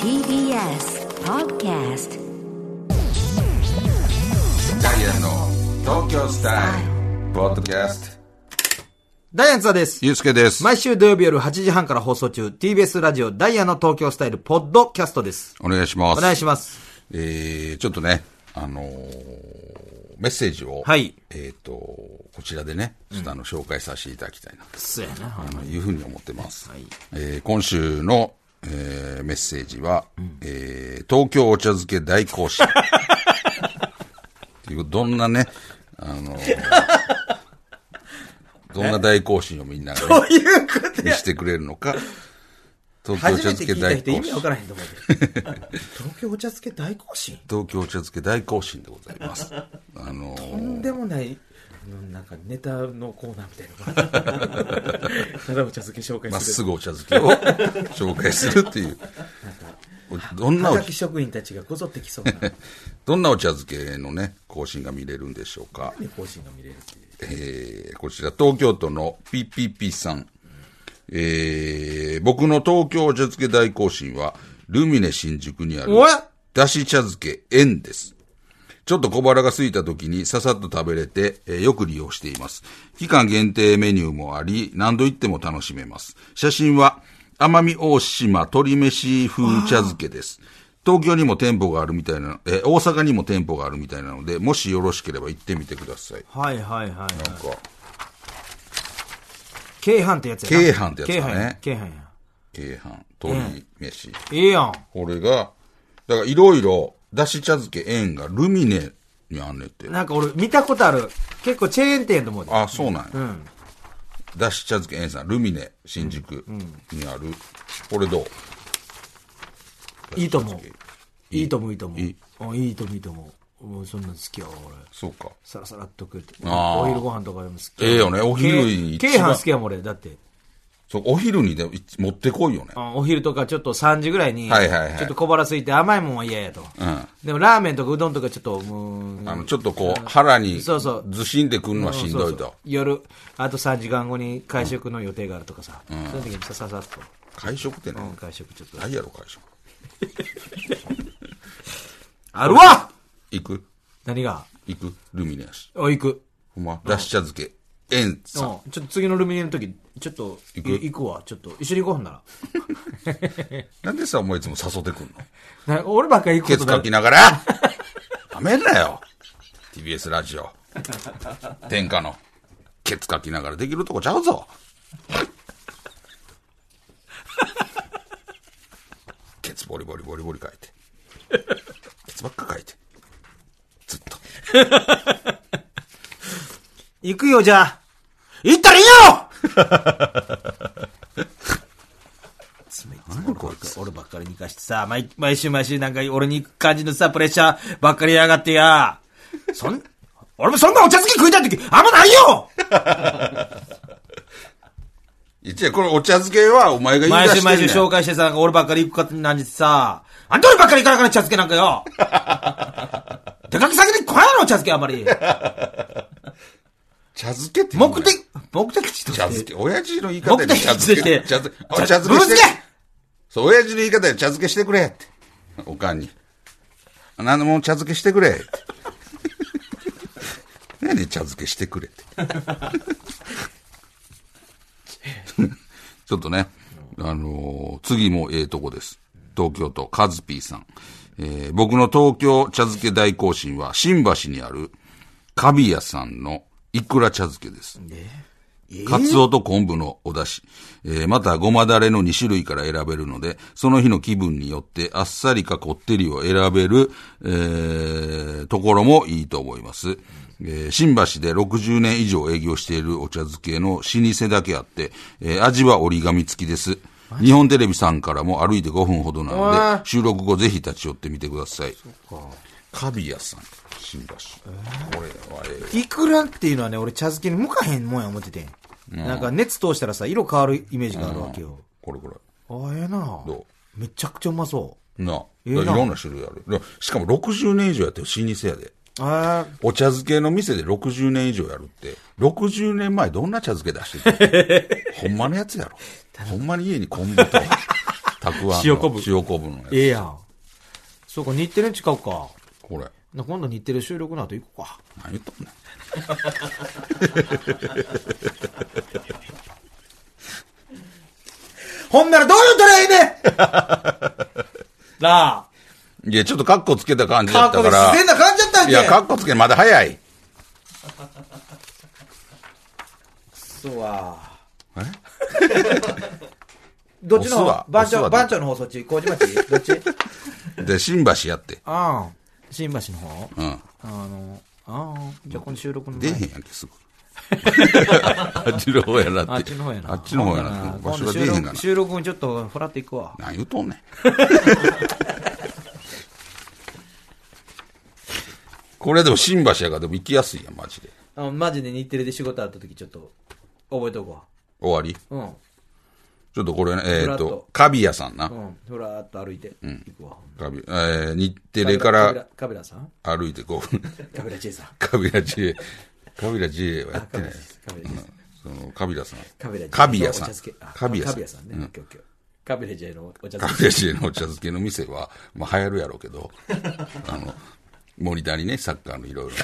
TBS Podcast ダイアンの東京スタイルポッドキャスト。 ダイアンツァです。 ゆうすけです。 毎週土曜日夜8時半から放送中、TBS ラジオダイアンの東京スタイルポッドキャストです。 お願いします。 お願いします。 ちょっとね、メッセージを、 はい。 こちらでね、ちょっと紹介させていただきたいな、 そうやな。 いうふうに思ってます。 はい。 今週の、メッセージは、東京お茶漬け大行進。っていう、どんなね、どんな大行進をみんなが、ね、 どういうことやしてくれるのか。東京お茶漬け大行進。 初めて聞いた人意味わからへんと思うけど。東京お茶漬け大行進？ 東京お茶漬け大行進でございます。 とんでもない、なんかネタのコーナーみたいな。ただお茶漬け紹介する。 まっすぐお茶漬けを紹介するっていう。どんなはがき職員たちがこぞってきそうな。 どんなお茶漬けのね、行進が見れるんでしょうか。 行進が見れるっていう。 こちら東京都のピピピさん。僕の東京お茶漬け大行進は、ルミネ新宿にある、だし茶漬け園です。ちょっと小腹が空いた時にささっと食べれて、よく利用しています。期間限定メニューもあり、何度行っても楽しめます。写真は、奄美大島鶏飯風茶漬けです。東京にも店舗があるみたいな、大阪にも店舗があるみたいなので、もしよろしければ行ってみてください。 はいはいはい、はい。なんか、 京阪ってやつやな。 京阪ってやつだね。 京阪や。 京阪、鶏飯。 いいやん。 これが、だからいろいろ、だし茶漬け園がルミネにあんねって。 なんか俺見たことある。結構チェーン店と思うで。 あ、そうなんや。 うん。 だし茶漬け園さん、ルミネ、新宿にある。これどう？ いいと思う。いいと思う、いいと思う。 いいと思う、いいと思う。もうそんなん好きやわ、俺。 そうか。 サラサラっと食って。 あお昼ご飯とかでも好き。 よね、お昼に京阪好きやもん、俺。だって。 そう、お昼にでも持ってこいよね。 お昼とかちょっと3時ぐらいに、 はいはいはい。 ちょっと小腹空いて甘いもんは嫌やと。 うん。 でもラーメンとかうどんとかちょっと、もう、 ちょっとこう、腹に、 そうそう。 ずしんでくるのはしんどいと。 そう夜、あと3時間後に会食の予定があるとかさ。そういう時にさささっと。 会食ってね。 会食ちょっと。 ないやろ、会食。 あるわ行く？ 何が？ 行く？ルミネやし。 行く。 ほんま？だし茶漬け。園さん。 ちょっと次のルミネの時、ちょっと、行くわ。ちょっと、一緒に行こうほんなら。 なんでさ、お前いつも誘ってくんの？ 俺ばっかり行くケツことだ。 かきながらやめんなよ TBS ラジオ天下のケツかきながらできるとこちゃうぞケツボリボリボリボリ書いてケツばっか書いてずっと行くよ、じゃあ。行ったらいいよ俺ばっかりに行かしてさ、毎週なんか俺に行く感じのさ、プレッシャーばっかりやがってや。俺もそんなお茶漬け食いたい時あんまないよ一応これお茶漬けはお前が言い出してんねん。 毎週紹介してさ、俺ばっかり行くかってなんでさ、あんた俺ばっかり行かなかな茶漬けなんかよ出かけ先で来ないの茶漬けあんまり茶漬けって目的地として。 茶漬け。親父の言い方で茶漬け。茶漬け。 茶漬け。 そう、親父の言い方で茶漬けしてくれって。おかんに。何でも茶漬けしてくれって。何で茶漬けしてくれって。ちょっとね、次もとこです。東京都カズピーさん。僕の東京茶漬け大行進は新橋にあるカビ屋さんのいくら茶漬けです。カツオと昆布のお出汁、またごまだれの2種類から選べるので、その日の気分によってあっさりかこってりを選べる、ところもいいと思います。新橋で60年以上営業しているお茶漬けの老舗だけあって、味は折り紙付きです。日本テレビさんからも歩いて5分ほどなので、収録後ぜひ立ち寄ってみてください。カビ屋さん。新橋。これはイクラっていうのはね、俺茶漬けに向かへんもんや思ってて。なんか熱通したらさ、色変わるイメージがあるわけよ。 これ。 ええな。 どう？めちゃくちゃうまそう。 なあ。いろんな種類ある。しかも60年以上やってる老舗やで。お茶漬けの店で60年以上やるって、60年前どんな茶漬け出してたほんまのやつやろ。ほんまに家に昆布とたくあんの塩昆布塩昆布のやつ。 ええやん。そうか、日テレに使うか。 これ。 今度日テレ収録の後行こうか。 何言っとんねん。 ほんならどう言うたらええねんなあ。 いや、ちょっとカッコつけた感じだかっこいいったから。 自然な感じだったんけ。 いや、カッコつけまだ早い。 そうわ。 えどっちの方押すわ番長、 押すわ番長の方そっち麹町どっちで、新橋やって。 ああ。新橋の方うん。 ああ。じゃあこの収録の前出へんやんけ、すぐ。あっちの方やなって。 あっちの方やな。 あっちの方やなって。場所が出へんがな。 収録にちょっとフラっていくわ。 何言うとんねん。これでも新橋やからでも行きやすいやん、マジで。 マジで日テレで仕事あった時ちょっと覚えとこ終わりうわ。 ちょっとこれね、 フラットカビ屋さんな。 ふらーっと歩いて行くわ。 日テレからカビラさん歩いてこう。 カビラ J さん。 カビラ J はやってない。そのカビラさん。 カビラさん。 カビラさんね。カビラ J のお茶漬け。 カビラ J のお茶漬けの店は、まあ流行るやろうけど、モニターにね、サッカーのいろいろ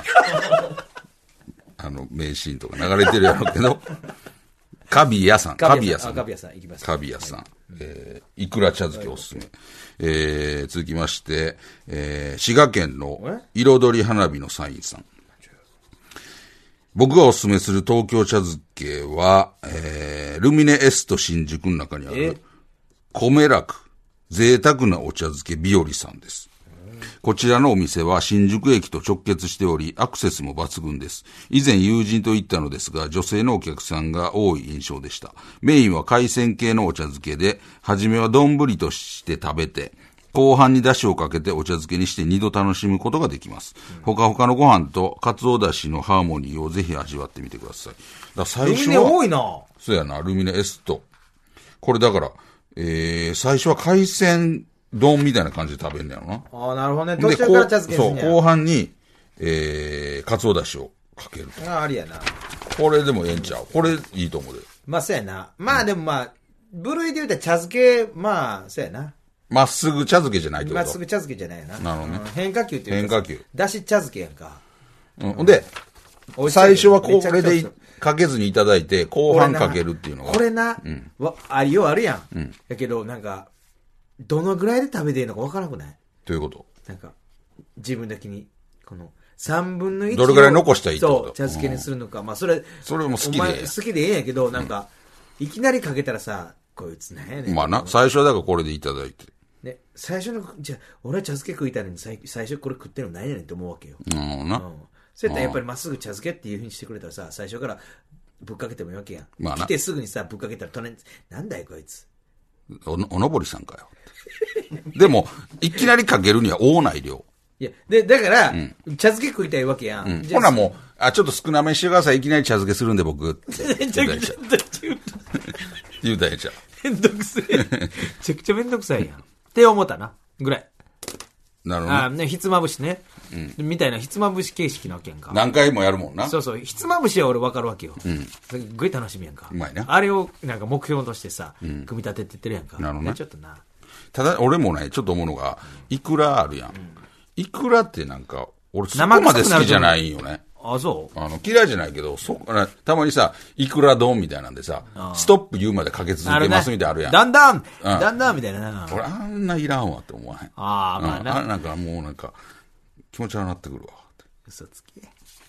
な、名シーンとか流れてるやろうけど、カビ屋さん。 カビ屋さん行きます。 カビ屋さん。いくら茶漬けおすすめ。続きまして、滋賀県の彩り花火のサインさん。僕がおすすめする東京茶漬けは、ルミネエスト新宿の中にある、米楽、贅沢なお茶漬け日和さんです。こちらのお店は新宿駅と直結しており、アクセスも抜群です。以前友人と行ったのですが、女性のお客さんが多い印象でした。メインは海鮮系のお茶漬けで、初めは丼として食べて、後半に出汁をかけてお茶漬けにして2度楽しむことができます。ほかほかのご飯とカツオだしのハーモニーをぜひ味わってみてください。だ最初はルミネ多いな。 そうやな、ルミネエスト。これだから、最初は海鮮丼みたいな感じで食べるんだよな。 ああ、なるほどね。途中から茶漬けにすんねや。 そう、後半に、カツオだしをかけると。 ありやな。 これでもええんちゃう。これいいと思うで。 まあ、そうやな。まあ、でもまあ、部類で言うたら茶漬け、まあ、そうやな。 まっすぐ茶漬けじゃないってこと。 まっすぐ茶漬けじゃないよな。 なるほどね。 変化球っていうか。 変化球。 だし茶漬けやんか。 ほんで、最初はこれでかけずにいただいて、後半かけるっていうのが。 これな、ありようあるやん。だけど、なんか、どのぐらいで食べていいのかわからなくない？ ということ。 なんか、自分だけに、この、3分の1を。 どれぐらい残したらいいってこと？ そう、茶漬けにするのか。まあ、それも好きで。 お前好きでええんやけど、なんか、いきなりかけたらさ、こいつなんやねん。 まあな、最初はだからこれでいただいて。 ね、最初の、じゃあ、俺は茶漬け食いたいのに最初これ食ってるの何やねんって思うわけよ。 な。 そうやったらやっぱりまっすぐ茶漬けっていう風にしてくれたらさ、最初からぶっかけてもいいわけやん。 まあな。 来てすぐにさ、ぶっかけたら隣に、なんだよこいつ。 おのぼりさんかよ。でも、いきなりかけるには多ない量。 いや、だから、茶漬け食いたいわけやん。 ほなもう、ちょっと少なめにしてください。いきなり茶漬けするんで僕。って言うたやつ。言うたやつ。 めんどくさい。めちゃくちゃめんどくさいやん。って思ったな。ぐらい。 なるほど。 ね、ひつまぶしね。みたいなひつまぶし形式なわけやんか。 何回もやるもんな。 そうそう。ひつまぶしは俺分かるわけよ。すっごい楽しみやんか。 うまいな。 あれをなんか目標としてさ、組み立ててってるやんか。 なるほどね。 ちょっとな。 ただ、俺もね、ちょっと思うのが、イクラあるやん。イクラってなんか、俺そこまで好きじゃないよね。 あ、そう嫌いじゃないけど、たまにさ、イクラ丼みたいなんでさ、ストップ言うまでかけ続けますみたいなあるやん。 だんだんみたいな。 俺あんないらんわって思わへん。 ああ、まあな。 なんかもうなんか、気持ち悪くなってくるわ。 嘘つき。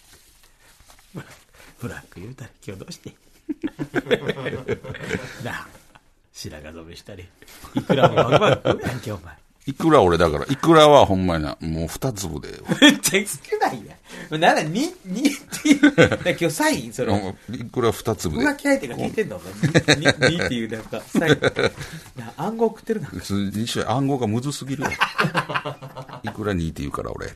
ブラック言うたら今日どうしてなあ、白髪染めしたり、いくらもバクバク食うやんけ、お前。 いくら俺だから、いくらはほんまにな、もう2粒で。 めっちゃ少ないやん。なんだ、2っていう。今日サインそれ。 いくら2粒で。 浮気相手が聞いてんのお前。2っていうなんか、サイン。暗号送ってるな。 暗号がむずすぎるわ。いくら2って言うから俺。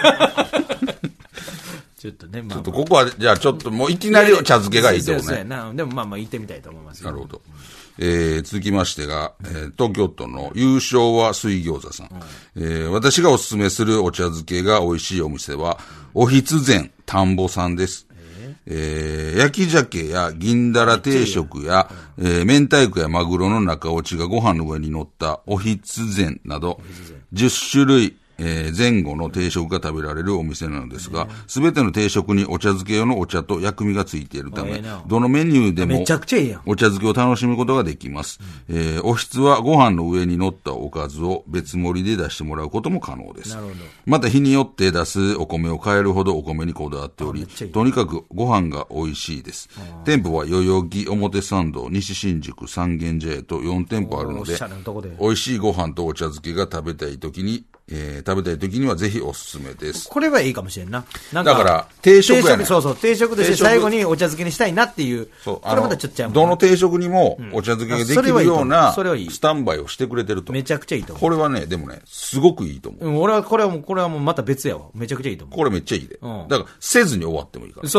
ちょっとね、まあ。 ちょっとここは、じゃあちょっともういきなり茶漬けがいいと思うね。 そうやな。でもまあまあ言ってみたいと思いますよ。 なるほど。続きましてが、東京都の優勝は水餃子さん、私がおすすめするお茶漬けが美味しいお店は、おひつ膳田んぼさんです。 焼き鮭や銀だら定食や、明太子やマグロの中落ちがご飯の上に乗ったおひつ膳など、10種類、前後の定食が食べられるお店なのですが、すべての定食にお茶漬け用のお茶と薬味がついているため、どのメニューでもめちゃくちゃいいやん。 お茶漬けを楽しむことができます。おひつはご飯の上に乗ったおかずを別盛りで出してもらうことも可能です。 なるほど。 また日によって出すお米を変えるほどお米にこだわっており、とにかくご飯が美味しいです。店舗は代々木、表参道、西新宿、三軒茶屋と4店舗あるので、美味しいご飯とお茶漬けが食べたい時にはぜひおすすめです。 これはいいかもしれんな。 だから、定食やね。 そうそう、定食として最後にお茶漬けにしたいなっていう。そう。これまたちょっとちゃうもん。 どの定食にもお茶漬けができるようなスタンバイをしてくれてると。 めちゃくちゃいいと思う。 これはね、でもね、すごくいいと思う。 俺は、これはもうまた別やわ。めちゃくちゃいいと思う。 これめっちゃいいで。だから、せずに終わってもいいから。 そう。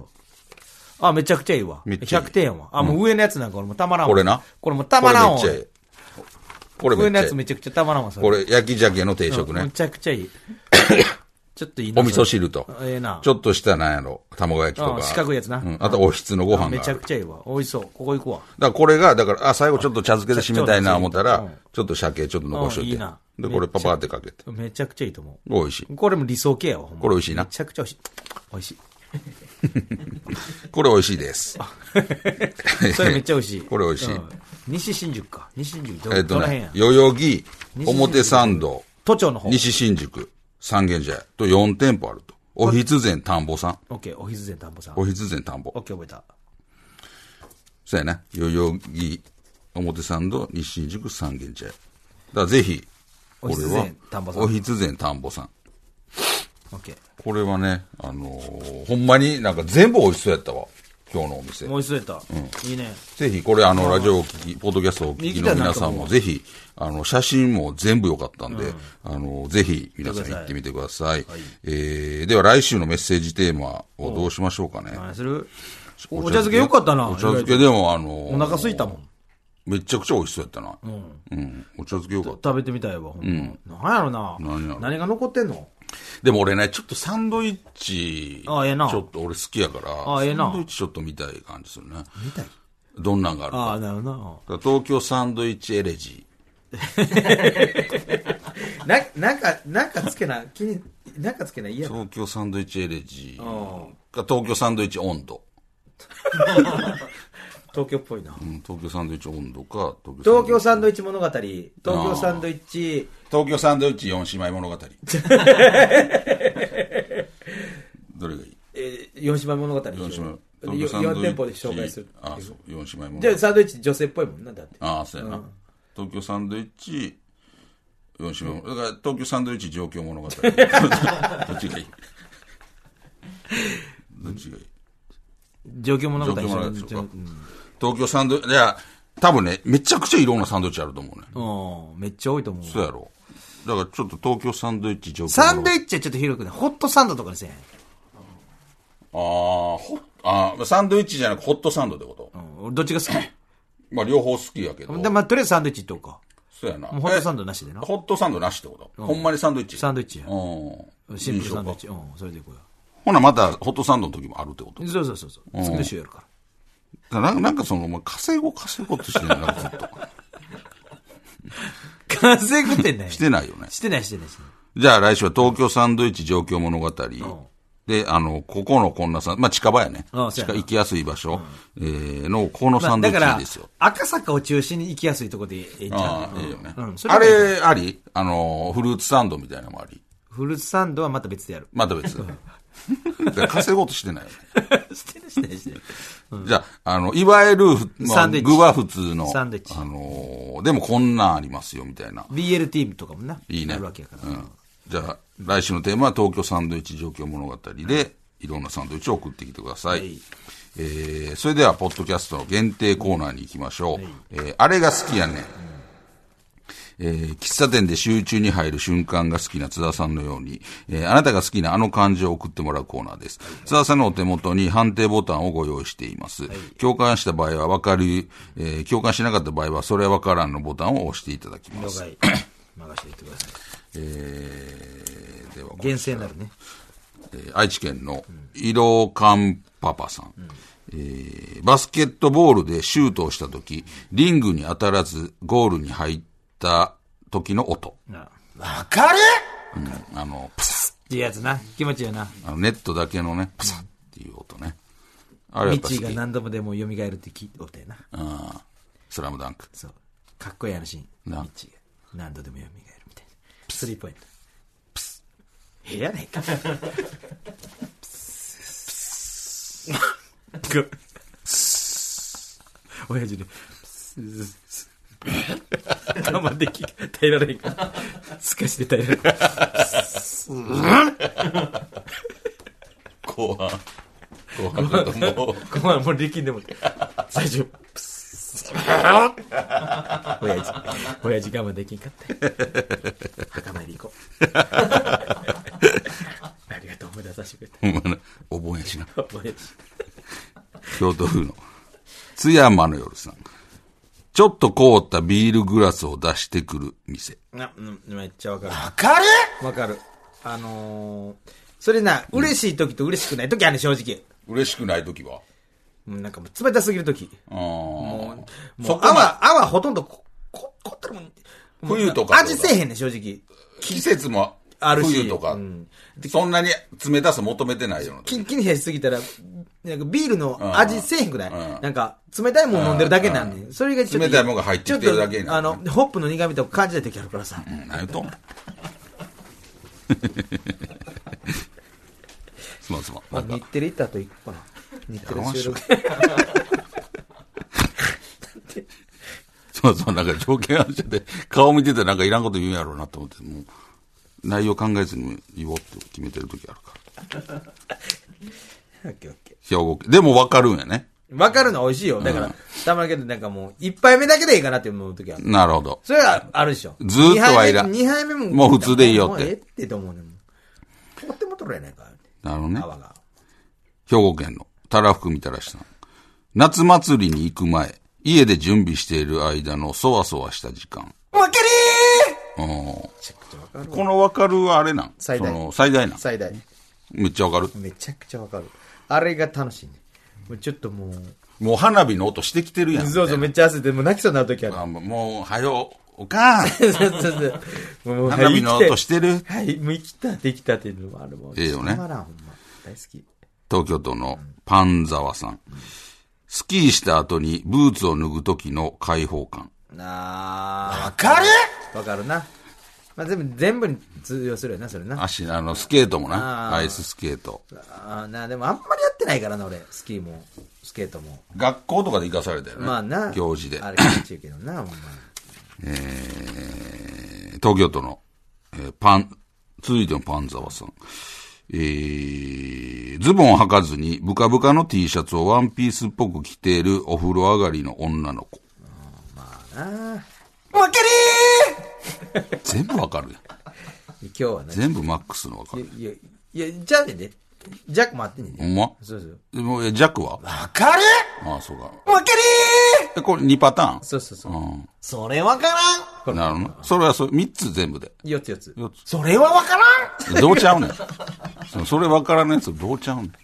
あ、めちゃくちゃいいわ。100点やわ。あ、もう上のやつなんか俺もたまらんわ。 これな。 これもたまらんわ。 これめっちゃいい。これ上のやつめちゃくちゃたまらんわ。 これ焼き鮭の定食ね。 めちゃくちゃいい。ちょっといいな。 お味噌汁と。ちょっとしたなんやろ。卵焼きとか。 四角いやつな。 あとおひつのご飯が。 めちゃくちゃいいわ。美味しそう。ここ行くわ。 だからこれが、最後ちょっと茶漬けで締めたいな思ったら、ちょっと鮭ちょっと残しといて。いいな。で、これパパってかけて。 めちゃくちゃいいと思う。 美味しい。 これも理想系やわ。 これ美味しいな。 めちゃくちゃ美味しい。美味しい。 これ美味しいです。 それめっちゃ美味しい。 これ美味しい。 西新宿か。西新宿どの辺や。 代々木、表参道、 都庁の方。 西新宿、三軒茶屋と4店舗あると。おひつ膳田んぼさん。 オッケー、おひつ膳田んぼさん。 おひつ膳田んぼ。 オッケー、覚えた。 そうやな。代々木、表参道、西新宿、三軒茶屋。だからぜひ、これは、おひつ膳田んぼさん。 オッケー。 これはね、ほんまになんか全部美味しそうやったわ。今日のお店。 美味しそうやった。いいね。 ぜひ、これラジオを聞き、ポッドキャストをお聞きの皆さんもぜひ、写真も全部良かったんで、ぜひ皆さん行ってみてください。では来週のメッセージテーマをどうしましょうかね。 何する？お茶漬け良かったな。 お茶漬けでもお腹空いたもん。 めちゃくちゃ美味しそうやったな。お茶漬け良かった。 食べてみたいわ。何やろな。何が残ってんの？ でも俺ね、ちょっとサンドイッチ、ちょっと俺好きやから、サンドイッチちょっと見たい感じするね。 見たい？ どんなんがあるか。 なるほど。 東京サンドイッチエレジー。なんかつけな、なんかつけな、嫌だ。 東京サンドイッチエレジーか、東京サンドイッチ温度。 東京っぽいな。 東京サンドイッチ温度か、 東京サンドイッチ物語。東京サンドイッチ。 東京サンドイッチ4姉妹物語。どれがいい ？4姉妹物語。4店舗で紹介する。 そう、4姉妹物語。 じゃあサンドイッチ女性っぽいもんな、だって。 そうやな。東京サンドイッチ、4姉妹物語。だから東京サンドイッチ状況物語。どっちがいいどっちがいい状況物語。 東京サンドイッチ、いや、多分ね、めちゃくちゃいろんなサンドイッチあると思うね。めっちゃ多いと思う。 そうやろ。だからちょっと東京サンドイッチ状況。 サンドイッチはちょっと広くね、ホットサンドとかにせえへん。 サンドイッチじゃなくホットサンドってこと？ どっちが好き？ まあ両方好きやけど。 で、とりあえずサンドイッチいっとこうか。 そうやな。 もうホットサンドなしでな。 ホットサンドなしってこと？ほんまにサンドイッチ？ サンドイッチや。シンプルサンドイッチ。それでいこうよ。 ほなまたホットサンドの時もあるってこと？ そう。次の週やるから。 なんか稼ごうとしてないな、ずっと。 稼ぐってね。 してないよね。 してない。 じゃあ来週は東京サンドイッチ状況物語。で、ここのこんな近場やね。行きやすい場所、の、このサンドイッチですよ。 赤坂を中心に行きやすいところでいいんちゃう？ いいよね。あれ、あり？フルーツサンドみたいなのもあり。 フルーツサンドはまた別でやる。 また別。稼ごうとしてないよね。 してない。 じゃあ、いわゆる、具は普通の。 サンドイッチ。 でもこんなんありますよ、みたいな。 BLT とかもな。 いいね。 あるわけやから。 じゃあ、来週のテーマは東京サンドイッチ状況物語で、いろんなサンドイッチを送ってきてください。それでは、ポッドキャストの限定コーナーに行きましょう。あれが好きやねん。喫茶店で集中に入る瞬間が好きな津田さんのように、あなたが好きなあの漢字を送ってもらうコーナーです。津田さんのお手元に判定ボタンをご用意しています。共感した場合は分かる、共感しなかった場合はそれは分からんのボタンを押していただきます。 了解。任せていってください。 では厳正なるね。 愛知県のイロカンパパさん。バスケットボールでシュートをしたとき、リングに当たらずゴールに入った時の音。 わかる？ プスっていうやつな。気持ちいいよな。 ネットだけのね、プスっていう音ね。あれやっぱ好き。 ミッチーが何度もでも蘇るって聞いて音やな。 スラムダンク。 そう。かっこいいあのシーン。ミなッチーが何度でも蘇るみたいな。スリーポイント。プス。部屋ないか。プス。親父ね。我慢できん。耐えられへんから。すかして耐えられへん。 後半もう力んでも最初親父我慢できんかった墓参り行こうありがとう思い出させてくれたお盆やしな。 親父京都府の津山の夜さん。ちょっと凍ったビールグラスを出してくる店。 めっちゃわかる。 わかる？ わかる。それな、嬉しい時と嬉しくない時あるね、正直。 嬉しくない時はなんかもう冷たすぎる時。 もう泡ほとんどこってるもん。 冬とか味せえへんね、正直。 季節もあるし。冬とか。そんなに冷たさ求めてないような。 気にしすぎたら、なんかビールの味せえへんくない、なんか、冷たいもん飲んでるだけなんねん。それがちょっと。 冷たいもんが入ってきてるだけになる、 ホップの苦味とか感じない時あるからさ。 何言うとんすまんすまん。 日テレ行った後行こうかな。日テレ収録。 そう、なんか条件反射で顔見ててなんかいらんこと言うんやろうなと思って、もう内容考えずに言おうって決めてる時あるから。 オッケーオッケ兵庫県。でも分かるんやね。 分かるの美味しいよ。だから、たまにけどなんかもう、一杯目だけでいいかなって思う時ある。 なるほど。 それはあるでしょ。 ずーっとはいらん。 2杯目も。 もう普通でいいよって。 もうええってと思うねん。とっても取れないから。 なるほどね。 泡が。 兵庫県のたらふくみたらしさん。夏祭りに行く前、家で準備している間のそわそわした時間。 わかりーめちゃくちゃわかる。 このわかるはあれなん最大。 最大なん最大。 めっちゃわかる。 めちゃくちゃわかる。あれが楽しいね。もうちょっともう。 もう花火の音してきてるやん。 そうそう、めっちゃ焦って、もう泣きそうになるときある。 もう、はよ、おかん。 もう花火の音してる。 はい、もう生きた、できたっていうのもあるもん。 ええよね。 たまらん、ほんま。大好き。 東京都のパンザワさん。スキーした後にブーツを脱ぐ時の開放感。 わかるわかるな。まあ、全部に通用するよな、それな。 スケートもな。アイススケート。 でもあんまりやってないからな、俺。スキーも、スケートも。 学校とかで行かされたよね。 まあな。 行事で。 あれ気持ちいいけどな、ほんま東京都の、続いてのパンザワさん。ズボンを履かずにブカブカの T シャツをワンピースっぽく着ているお風呂上がりの女の子。 まあな。わかりー全部わかるやん。 今日はね。 全部マックスのわかる。 いや、じゃあねんで。ジャックもあってんねんで。 ほんまそうそう。 でも、ジャックはわかるああ、そうか。 わかりこれ2パターンそうそうそう。それわからんなるほど。それは3つ全部で。 4つ4つ。 4つ。 それはわからんどうちゃうねん。それわからんやつどうちゃうね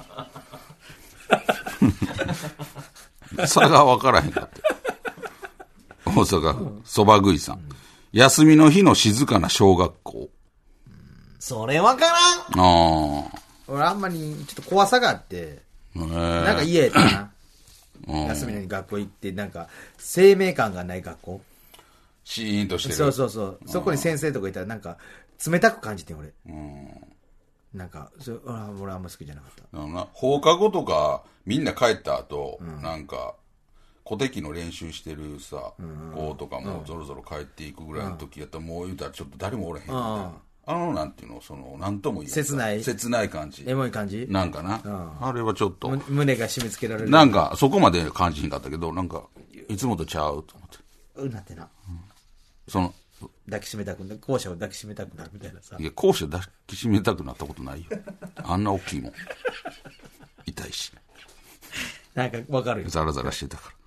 ん。差がわからへんかって。大阪府、そば食いさん。休みの日の静かな小学校。 それわからん。俺あんまりちょっと怖さがあって、なんか嫌やったな。休みの日に学校行って、なんか生命感がない学校。 シーンとしてる。 そうそうそう。そこに先生とかいたらなんか冷たく感じて俺。なんか、俺あんま好きじゃなかった。 放課後とかみんな帰った後、なんか、小敵の練習してるさ、子とかもぞろぞろ帰っていくぐらいの時やったらもう言うたらちょっと誰もおれへんみたいな。なんていうの、なんとも言えない。切ない感じ。 エモい感じなんかな。あれはちょっと。 胸が締め付けられる。 なんか、そこまで感じひんかったけど、なんか、いつもとちゃうと思って。 なってな。抱きしめたくなる。校舎を抱きしめたくなるみたいなさ。 いや、校舎抱きしめたくなったことないよ。あんな大きいもん。痛いし。 なんかわかるよ。 ザラザラしてたから。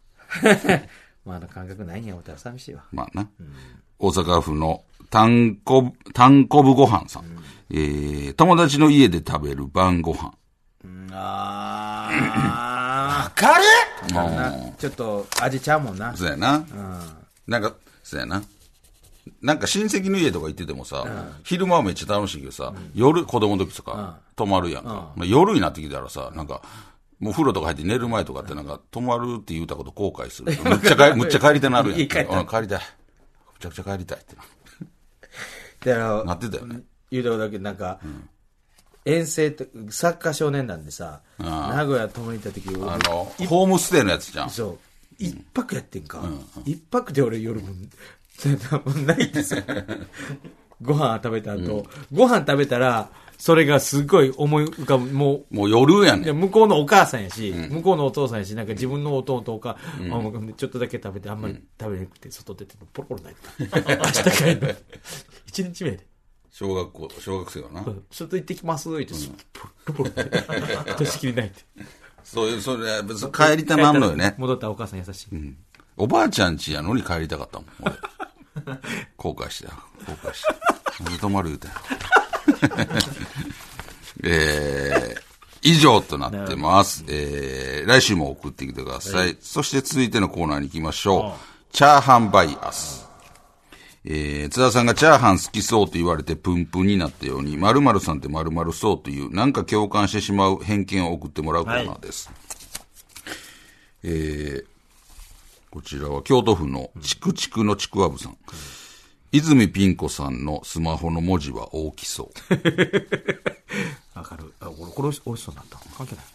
まあ、感覚ないんや思ったら寂しいわ。 まあな。大阪府のタンコブごはんさん。 友達の家で食べる晩ご飯。 わかるちょっと味ちゃうもんな。 そうやな。なんか、そうやな。なんか親戚の家とか行っててもさ、昼間はめっちゃ楽しいけどさ、夜、子供の時とか、泊まるやんか。夜になってきたらさ、なんか、もう風呂とか入って寝る前とかってなんか、泊まるって言ったこと後悔する。むっちゃ帰りたなるやん。帰りたい。むちゃくちゃ帰りたいってな。なってたよね。 言うたことだけど、なんか、遠征って、サッカー少年団でさ、名古屋泊まりに行った時、 ホームステイのやつじゃん。 そう。一泊やってんか。一泊で俺夜も、ないですよ。ご飯食べた後、ご飯食べたら、それがすごい思い浮かぶ、もう夜やねん。 向こうのお母さんやし、向こうのお父さんやし、なんか自分の弟とか、ちょっとだけ食べて、あんまり食べなくて、外出て、ポロポロ泣いて。明日帰るの。一日目で。 小学生はな。 ちょっと行ってきます、って、ポロポロ泣いて。としきり泣いて。 それ、別に帰りたなんのよね。 戻ったお母さん優しい。 おばあちゃん家やのに帰りたかったもん、俺。後悔して。泊まる言うたよ。以上となってます。来週も送ってきてください。そして続いてのコーナーに行きましょう。チャーハンバイアス。津田さんがチャーハン好きそうと言われてプンプンになったように、〇〇さんって〇〇そうという、なんか共感してしまう偏見を送ってもらうコーナーです。こちらは京都府のチクチクのちくわぶさん。泉ピン子さんのスマホの文字は大きそう。 わかる。これ美味しそうになった。関係ない。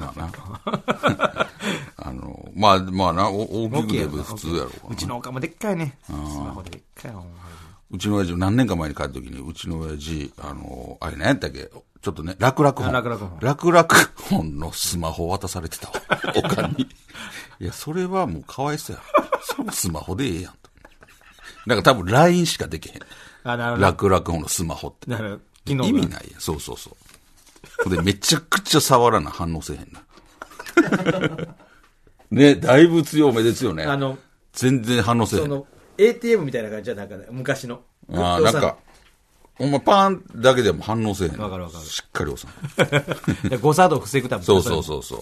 まあな、大きくて普通やろうかな。 うちのおかもでっかいね。スマホでっかいよ。 うちの親父、何年か前に帰った時に、うちの親父、あれ何やったっけ、ちょっとね、楽々本のスマホを渡されてたわ。おかに。いや、それはもうかわいそうや。そのスマホでええやんと。なんか多分 LINE しかできへん。楽々本のスマホって。意味ないやん。そう。で、めちゃくちゃ触らな反応せえへんな。ね、だいぶ強めですよね。全然反応せえへん。 ATM みたいな感じじゃなんかね、昔の。 なんか、お前パーンだけでも反応せえへん。 わかる。 しっかり押さん。誤作動防ぐために。 そう。こ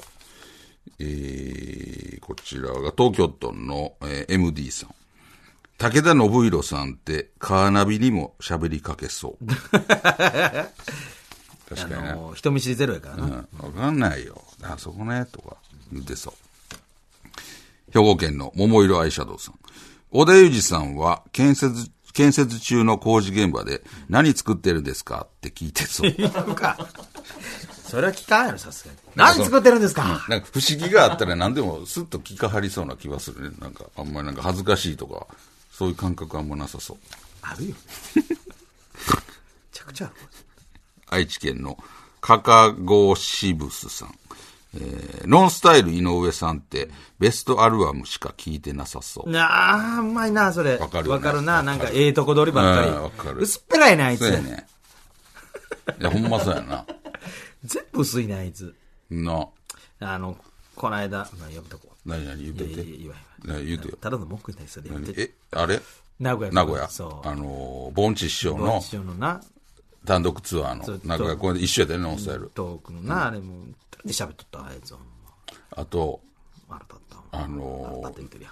ちらが東京都の、MD さん。武田信弘さんってカーナビにも喋りかけそう。確かにね。 人見知りゼロやからな。 わかんないよ。あそこね、とか言ってそう。兵庫県の桃色アイシャドウさん。小田裕二さんは建設中の工事現場で何作ってるんですかって聞いてそう。 それは聞かんやろ、さすがに。何作ってるんですか？ なんか不思議があったら何でもスッと聞かはりそうな気がするね。なんかあんまりなんか恥ずかしいとか、そういう感覚あんまなさそう。 あるよ。めちゃくちゃある。 愛知県のカカゴシブスさん。ノンスタイル井上さんってベストアルバムしか聞いてなさそう。 うまいな、それ。 わかるな。なんかとこ取りばっかり。 わかる。 薄っぺらいな、あいつ。 そうやね。いや、ほんまそうやな。 全部薄いな、あいつ。 な。 この間、やめとこう。 何言うてて。言うてよ。 ただの文句に対するやってて。 あれ名古屋。 そう。 ボンチ師匠の単独ツアーの、名古屋これ一緒やったよね、ノンスタイル。 トークのな、あれも、で喋っとったあいつは。 あと、 腹立った言ってるや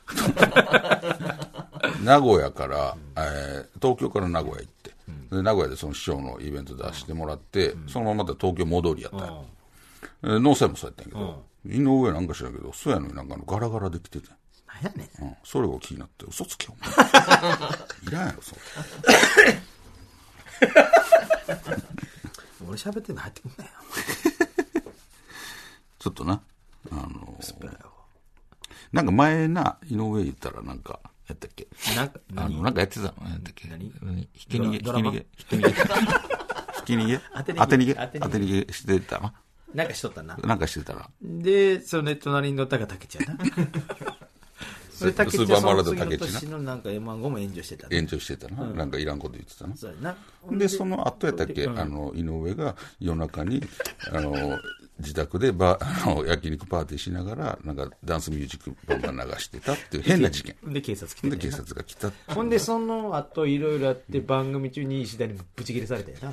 ん。名古屋から、東京から名古屋行って、で名古屋でその師匠のイベント出してもらって、そのまままた東京戻りやったよ。ノンスタイルもそうやったんやけど、井上なんか知らんけど、そうやのになんかガラガラできてて。 何やねん。 それが気になって、嘘つけよ、お前。いらんやろ、それ。 俺喋ってんの入ってくんなよ。 ちょっとな、なんか前な、井上言ったらなんか、やったっけなんかやってたのやったっけひき逃げ当て逃げしてたな。 なんかしとったな。 なんかしてたら。 で、その隣に乗ったが竹ちゃんな。それ竹ちゃん、その次の年のなんか M1 後も炎上してたな。 炎上してたな。なんかいらんこと言ってたな。 そうやな。 で、その後やったっけ井上が夜中に、 自宅で焼肉パーティーしながら、なんかダンスミュージックバンバン流してたっていう変な事件。 で、警察来て。 で、警察が来た。 ほんで、その後、いろいろあって、番組中に石田にブチ切れされたよ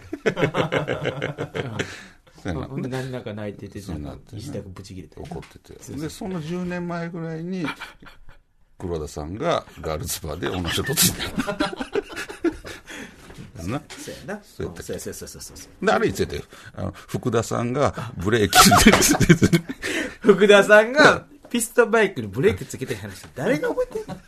な。ほんで、何なんか泣いてて、石田がブチ切れて。 怒ってて。で、その10年前ぐらいに、黒田さんがガールズバーで女の人とついてる。そうやな。そうやった。そう。で、あれいつやって福田さんがブレーキ福田さんがピストンバイクにブレーキつけてる話、誰が覚えてんの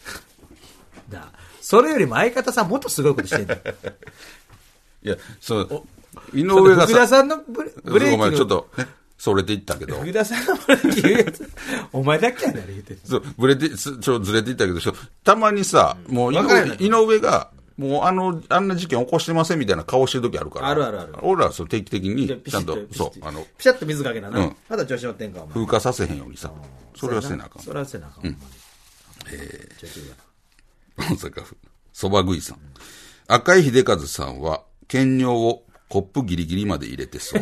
それよりも相方さんもっとすごいことしてんの。いや、井上が福田さんのブレーキ。 お前ちょっとね、それていったけど。 福田さんのブレーキ言うやつ、お前だけやな、言うてる。 そう、ずれていったけど、たまにさ、もう井上が、もうあんな事件起こしてませんみたいな顔してる時あるから。 ある。 俺らは定期的に、ちゃんと、そう、 ピシャッと水かけなな。まだ調子乗ってんか、 風化させへんようにさ。それはせなあかん。 それはせなあかん。 大阪府、そば食いさん。赤井秀和さんは、兼尿をコップギリギリまで入れてそう。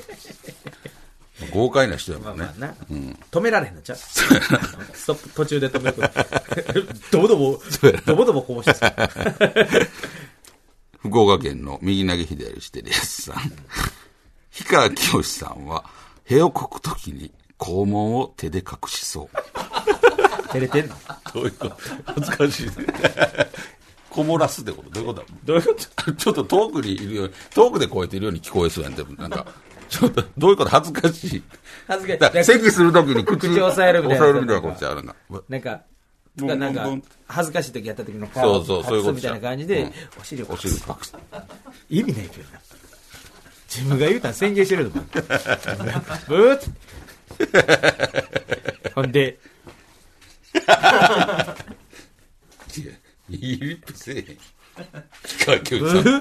豪快な人やもんね。 止められへんのちゃう。ストップ途中で止めると。ドボドボこぼしてさ。 福岡県の右投げ左してるやつさん。氷川きよしさんは、屁をこくときに肛門を手で隠しそう。 照れてんの？ どういうこと？恥ずかしいね。こもらすってことどういうことだ？ どういうことちょっと遠くにいるように、遠くで超えてるように聞こえそうやん。なんか、ちょっと、どういうこと恥ずかしい。 恥ずかしい。 咳するときに口を押さえるみたいな。 押さえるみたいなことあるな。 なんか、恥ずかしいときやったときの顔を隠すみたいな感じで、お尻を隠す。意味ないけどな。自分が言うたら宣言してるの。ブーって。ほんで、 握りっぺせえへん。氷川きよしさん。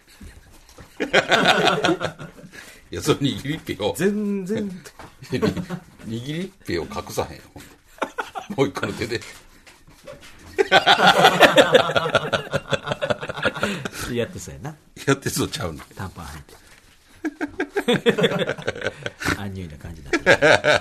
いや、その握りっぺを。 全然。 握りっぺを隠さへんよ。もう一個の手で。 やってそうやな。 やってそうちゃうの。 短パン履いて。アンニュイな感じだった。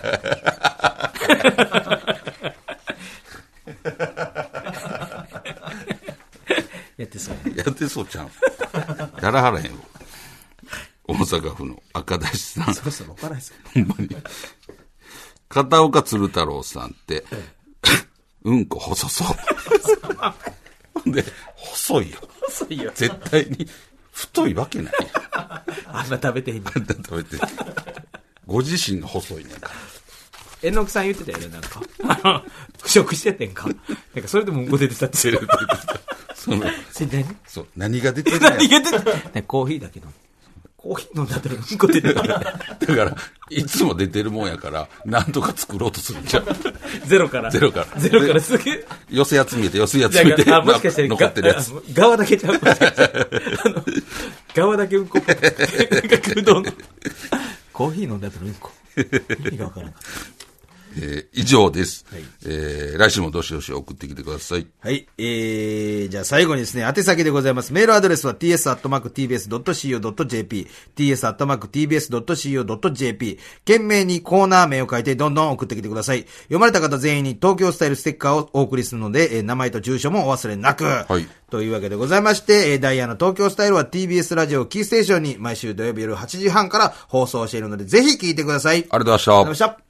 やってそう。 やってそうちゃう。やらはらへんよ。大阪府の赤出しさん。 そろそろおからいぞ。 ほんまに。片岡鶴太郎さんって、うんこ細そう。ほんで、細いよ。 細いよ。 絶対に太いわけない。 あんな食べてへんねん。 あんな食べてへん。ご自身が細いねんから。 えのくさん言ってたよね、なんか。腐食しててんか。なんかそれでもうんこ出てたって。 それ何？そう、何が出てるの？ 何が出てる？コーヒーだけど。コーヒー飲んだったらうんこ出てる。だから、いつも出てるもんやから、なんとか作ろうとするんじゃん。 ゼロからすげえ。 寄せ集めて、もしかして残ってるやつ。側だけちゃう。側だけうんこ。うどん。コーヒー飲んだったらうんこ。意味がわからなかった。 以上です。 はい、 来週もどしどし送ってきてください。 はい。じゃあ最後にですね、宛先でございます。メールアドレスは ts@tbs.co.jp、ts@tbs.co.jp、懸命にコーナー名を書いてどんどん送ってきてください。読まれた方全員に東京スタイルステッカーをお送りするので、名前と住所もお忘れなく。 はい。 というわけでございまして、ダイヤの東京スタイルは TBS ラジオキーステーションに毎週土曜日夜8時半から放送しているので、ぜひ聞いてください。 ありがとうございました。